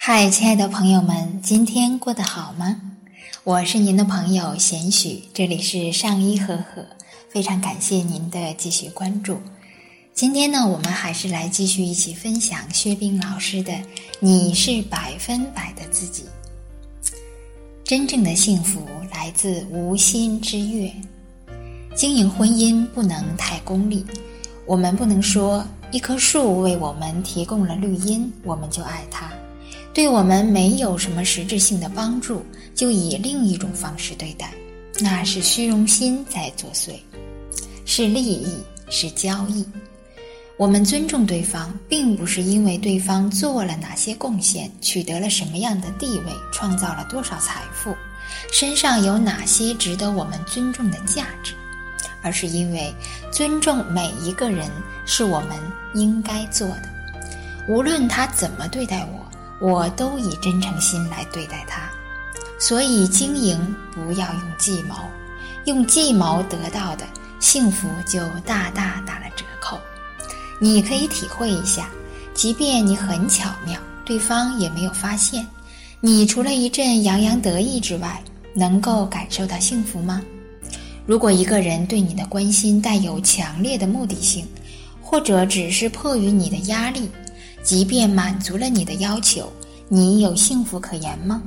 嗨，亲爱的朋友们，今天过得好吗？我是您的朋友贤许，这里是上医和和，非常感谢您的继续关注。今天呢，我们还是来继续一起分享薛冰老师的你是100%的自己。真正的幸福来自无心之悦。经营婚姻不能太功利，我们不能说一棵树为我们提供了绿荫，我们就爱它，对我们没有什么实质性的帮助，就以另一种方式对待，那是虚荣心在作祟，是利益，是交易。我们尊重对方，并不是因为对方做了哪些贡献，取得了什么样的地位，创造了多少财富，身上有哪些值得我们尊重的价值，而是因为尊重每一个人是我们应该做的。无论他怎么对待我都以真诚心来对待他。所以经营不要用计谋，用计谋得到的幸福就大大打了折扣。你可以体会一下，即便你很巧妙，对方也没有发现，你除了一阵洋洋得意之外，能够感受到幸福吗？如果一个人对你的关心带有强烈的目的性，或者只是迫于你的压力，即便满足了你的要求，你有幸福可言吗？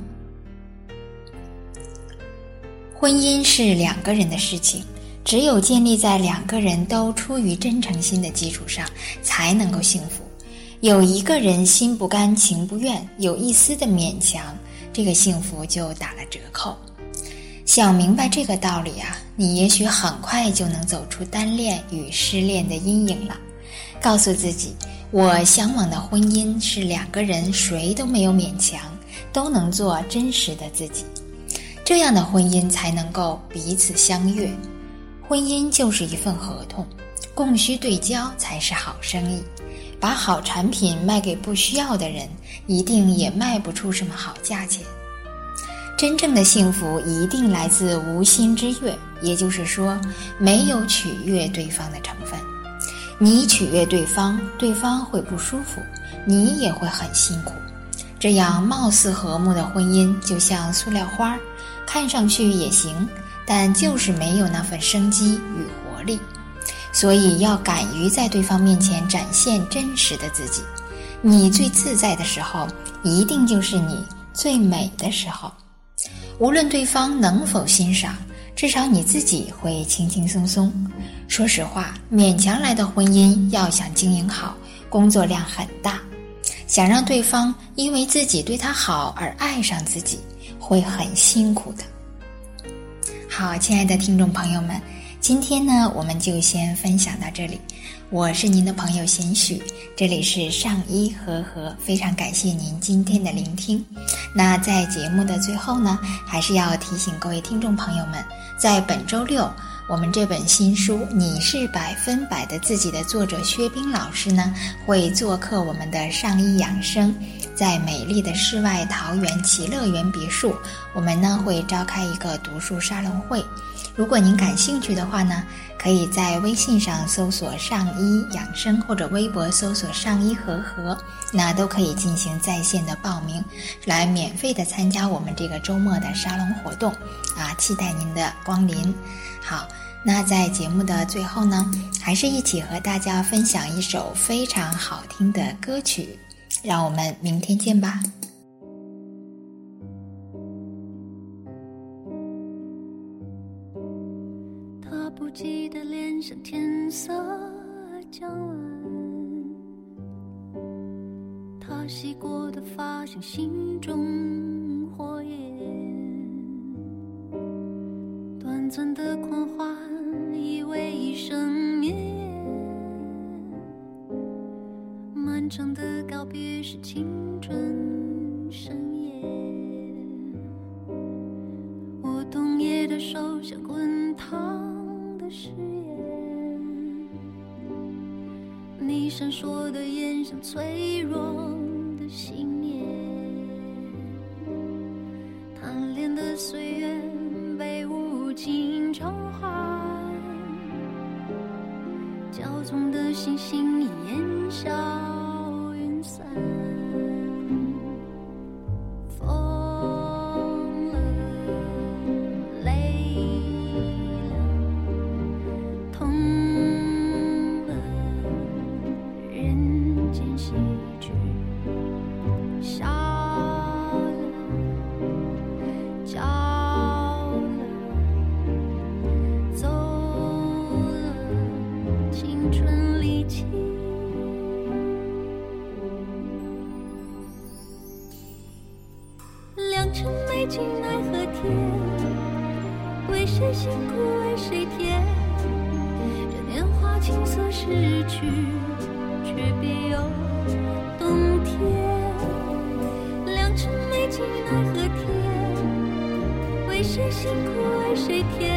婚姻是2个人的事情，只有建立在2个人都出于真诚心的基础上，才能够幸福。有一个人心不甘情不愿，有一丝的勉强，这个幸福就打了折扣。想明白这个道理啊，你也许很快就能走出单恋与失恋的阴影了。告诉自己，我向往的婚姻是2个人谁都没有勉强，都能做真实的自己，这样的婚姻才能够彼此相悦。婚姻就是一份合同，供需对焦才是好生意。把好产品卖给不需要的人，一定也卖不出什么好价钱。真正的幸福一定来自无心之悦，也就是说，没有取悦对方的成分。你取悦对方，对方会不舒服，你也会很辛苦。这样貌似和睦的婚姻就像塑料花，看上去也行，但就是没有那份生机与活力。所以要敢于在对方面前展现真实的自己。你最自在的时候，一定就是你最美的时候。无论对方能否欣赏，至少你自己会轻轻松松。说实话，勉强来的婚姻要想经营好，工作量很大。想让对方因为自己对他好而爱上自己，会很辛苦的。好，亲爱的听众朋友们，今天呢，我们就先分享到这里。我是您的朋友贤许，这里是上医和和，非常感谢您今天的聆听。那在节目的最后呢，还是要提醒各位听众朋友们，在本周6，我们这本新书《你是100%的自己》的作者薛冰老师呢，会做客我们的上医养生，在美丽的世外桃源齐乐园别墅，我们呢会召开一个读书沙龙会。如果您感兴趣的话呢，可以在微信上搜索上医养生，或者微博搜索上医和和，那都可以进行在线的报名，来免费的参加我们这个周末的沙龙活动啊，期待您的光临。好，那在节目的最后呢，还是一起和大家分享一首非常好听的歌曲，让我们明天见吧。 他不羁的脸像天色将晚，他洗过的发像心中火焰，短暂的狂欢以为一生绵延，漫长的告别是青春盛宴，我冬夜的手像滚烫的誓言，你闪烁的眼像脆弱的信念，贪恋的岁月被无情偿还，骄纵的星星烟消云散， 笑了，叫了，走了，青春离奇。良辰美景奈何天，为谁辛苦为谁甜？这年华青涩逝去，却别有冬天。良辰美景奈何天，为谁辛苦为谁甜？